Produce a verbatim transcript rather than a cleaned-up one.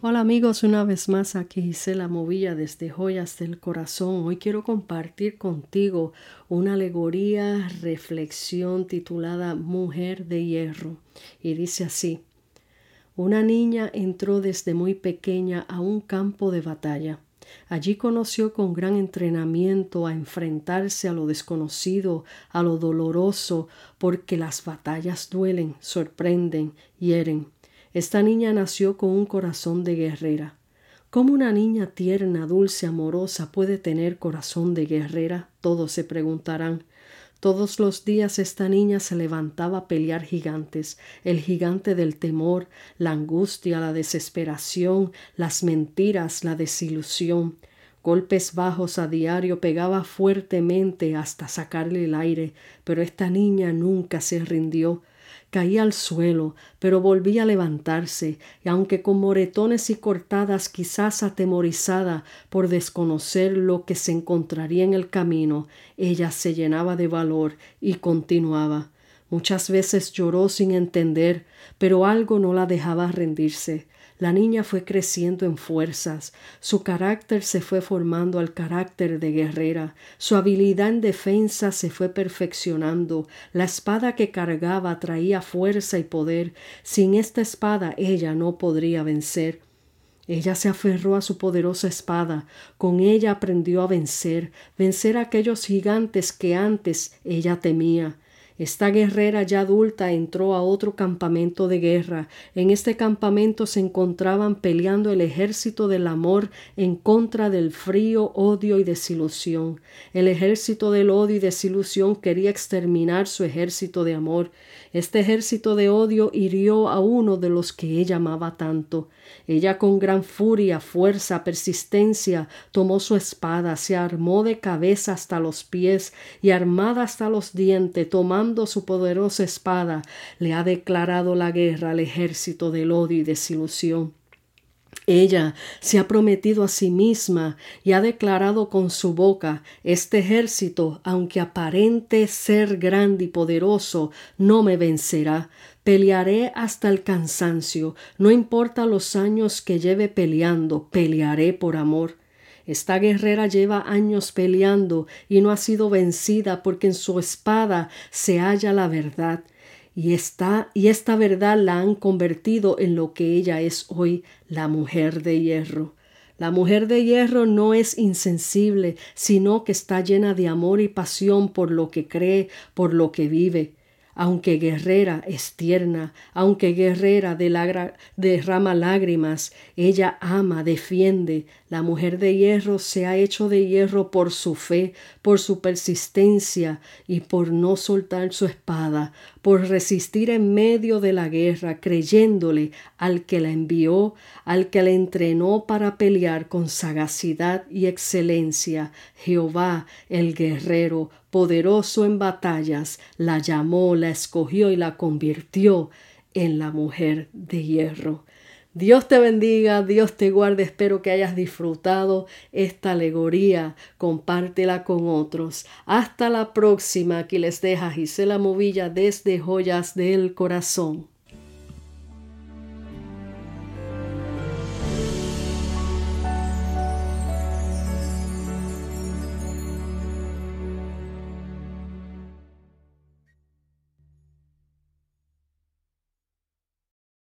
Hola amigos, una vez más aquí Gisela Movilla desde Joyas del Corazón. Hoy quiero compartir contigo una alegoría, reflexión titulada Mujer de Hierro. Y dice así: una niña entró desde muy pequeña a un campo de batalla. Allí conoció con gran entrenamiento a enfrentarse a lo desconocido, a lo doloroso, porque las batallas duelen, sorprenden, hieren. Esta niña nació con un corazón de guerrera. ¿Cómo una niña tierna, dulce, amorosa puede tener corazón de guerrera? Todos se preguntarán. Todos los días esta niña se levantaba a pelear gigantes, el gigante del temor, la angustia, la desesperación, las mentiras, la desilusión. Golpes bajos a diario, pegaba fuertemente hasta sacarle el aire, pero esta niña nunca se rindió. Caía al suelo, pero volvía a levantarse, y aunque con moretones y cortadas, quizás atemorizada por desconocer lo que se encontraría en el camino, ella se llenaba de valor y continuaba. Muchas veces lloró sin entender, pero algo no la dejaba rendirse. La niña fue creciendo en fuerzas, su carácter se fue formando al carácter de guerrera, su habilidad en defensa se fue perfeccionando, la espada que cargaba traía fuerza y poder. Sin esta espada ella no podría vencer. Ella se aferró a su poderosa espada, con ella aprendió a vencer, vencer a aquellos gigantes que antes ella temía. Esta guerrera ya adulta entró a otro campamento de guerra. En este campamento se encontraban peleando el ejército del amor en contra del frío, odio y desilusión. El ejército del odio y desilusión quería exterminar su ejército de amor. Este ejército de odio hirió a uno de los que ella amaba tanto. Ella con gran furia, fuerza, persistencia, tomó su espada, se armó de cabeza hasta los pies y armada hasta los dientes, tomando su poderosa espada, le ha declarado la guerra al ejército del odio y desilusión. Ella se ha prometido a sí misma y ha declarado con su boca: este ejército, aunque aparente ser grande y poderoso, no me vencerá. Pelearé hasta el cansancio, no importa los años que lleve peleando, pelearé por amor. Esta guerrera lleva años peleando y no ha sido vencida porque en su espada se halla la verdad. Y esta, y esta verdad la han convertido en lo que ella es hoy, la mujer de hierro. La mujer de hierro no es insensible, sino que está llena de amor y pasión por lo que cree, por lo que vive. Aunque guerrera es tierna, aunque guerrera derrama lágrimas, ella ama, defiende. La mujer de hierro se ha hecho de hierro por su fe, por su persistencia y por no soltar su espada, por resistir en medio de la guerra, creyéndole al que la envió, al que la entrenó para pelear con sagacidad y excelencia. Jehová, el guerrero, poderoso en batallas, la llamó, la escogió y la convirtió en la mujer de hierro. Dios te bendiga, Dios te guarde. Espero que hayas disfrutado esta alegoría. Compártela con otros. Hasta la próxima. Aquí les deja Gisela Movilla desde Joyas del Corazón.